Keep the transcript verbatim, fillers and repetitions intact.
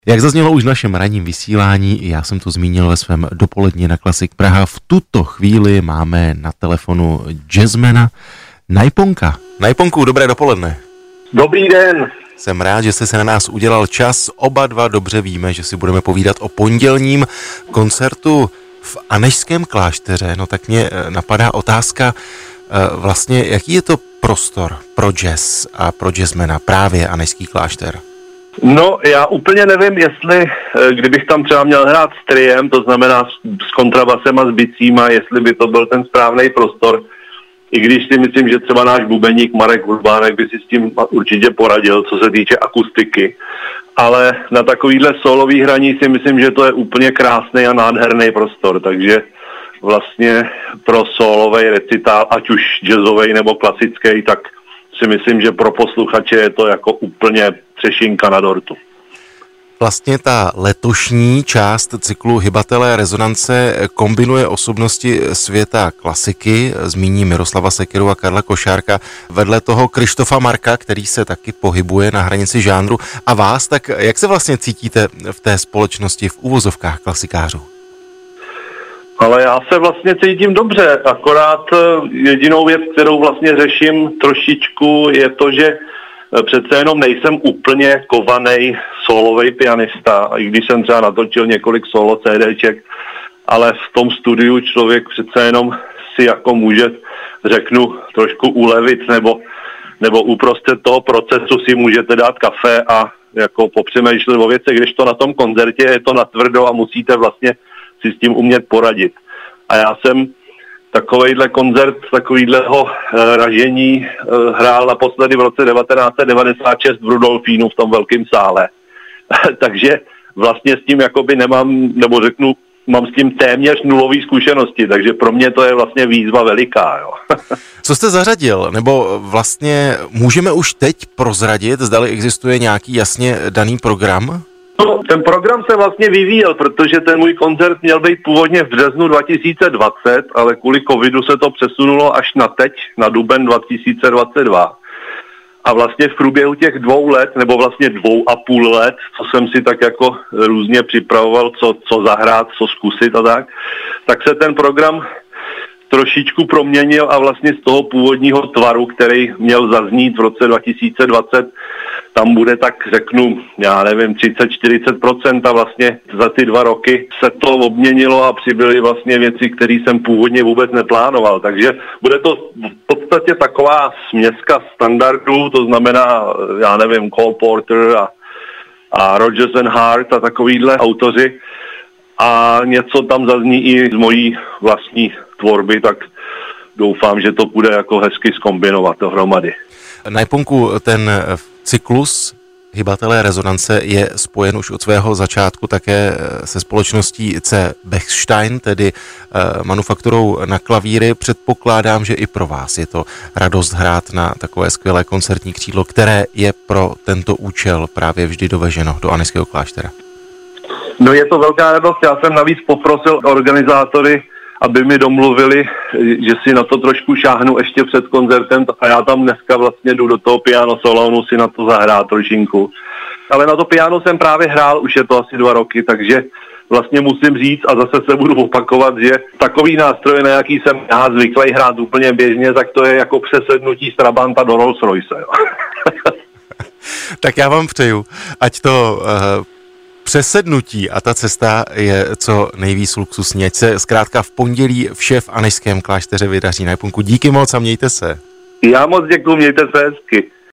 Jak zaznělo už v našem ranním vysílání, já jsem to zmínil ve svém dopoledně na Klasik Praha, v tuto chvíli máme na telefonu jazzmana Najponka. Najponku, dobré dopoledne. Dobrý den. Jsem rád, že jste se na nás udělal čas. Oba dva dobře víme, že si budeme povídat o pondělním koncertu v Anežském klášteře. No tak mě napadá otázka, vlastně jaký je to prostor pro jazz a pro jazzmana, právě Anežský klášter? No, já úplně nevím, jestli, kdybych tam třeba měl hrát s triem, to znamená s kontrabasem a s bicíma, jestli by to byl ten správný prostor. I když si myslím, že třeba náš bubeník Marek Urbánek by si s tím určitě poradil, co se týče akustiky. Ale na takovýhle solový hraní si myslím, že to je úplně krásný a nádherný prostor, takže vlastně pro solový recitál, ať už jazzový nebo klasický, tak si myslím, že pro posluchače je to jako úplně třešinka na dortu. Vlastně ta letošní část cyklu Hybatelé rezonance kombinuje osobnosti světa klasiky, zmíní Miroslava Sekyru a Karla Košárka, vedle toho Krištofa Marka, který se taky pohybuje na hranici žánru. A vás, tak jak se vlastně cítíte v té společnosti v uvozovkách klasikářů? Ale já se vlastně cítím dobře, akorát jedinou věc, kterou vlastně řeším trošičku, je to, že přece jenom nejsem úplně kovanej solovej pianista, i když jsem třeba natočil několik solo CDček, ale v tom studiu člověk přece jenom si jako může, řeknu, trošku ulevit, nebo, nebo uprostřed toho procesu si můžete dát kafe a jako popřemýšlet o věcech, když to na tom koncertě je to natvrdo a musíte vlastně si s tím umět poradit. A já jsem takovejhle koncert, takovýhleho e, ražení e, hrál naposledy v roce devatenáct set devadesát šest v Rudolfínu v tom velkém sále. Takže vlastně s tím jakoby nemám, nebo řeknu, mám s tím téměř nulový zkušenosti, takže pro mě to je vlastně výzva veliká. Jo. Co jste zařadil? Nebo vlastně můžeme už teď prozradit, zdali existuje nějaký jasně daný program? No, ten program se vlastně vyvíjel, protože ten můj koncert měl být původně v březnu dva tisíce dvacet, ale kvůli covidu se to přesunulo až na teď, na duben dva tisíce dvacet dva. A vlastně v průběhu těch dvou let, nebo vlastně dvou a půl let, co jsem si tak jako různě připravoval, co, co zahrát, co zkusit a tak, tak se ten program trošičku proměnil a vlastně z toho původního tvaru, který měl zaznít v roce dva tisíce dvacet, tam bude tak, řeknu, já nevím, třicet až čtyřicet procent a vlastně za ty dva roky se to obměnilo a přibyly vlastně věci, které jsem původně vůbec neplánoval. Takže bude to v podstatě taková směska standardů, to znamená, já nevím, Cole Porter a, a Rodgers and Hart a takovýhle autoři a něco tam zazní i z mojí vlastní tvorby, tak doufám, že to bude jako hezky zkombinovat dohromady. Najponku, ten cyklus Hybatelé rezonance je spojen už od svého začátku také se společností C. Bechstein, tedy manufakturou na klavíry. Předpokládám, že i pro vás je to radost hrát na takové skvělé koncertní křídlo, které je pro tento účel právě vždy doveženo do Anežského kláštera. No je to velká radost, já jsem navíc poprosil organizátory, aby mi domluvili, že si na to trošku šáhnu ještě před koncertem a já tam dneska vlastně jdu do toho piano salonu si na to zahrát trošinku. Ale na to piano jsem právě hrál, už je to asi dva roky, takže vlastně musím říct a zase se budu opakovat, že takový nástroj, na jaký jsem já zvyklý hrát úplně běžně, tak to je jako přesednutí z Trabanta do Rolls Royce. Jo. Tak já vám přeju, ať to Uh... přesednutí a ta cesta je co nejvíc luxusní. Ať se zkrátka v pondělí vše v Anežském klášteře vydaří. Najponku, díky moc a mějte se. Já moc děkuju, mějte se hezky.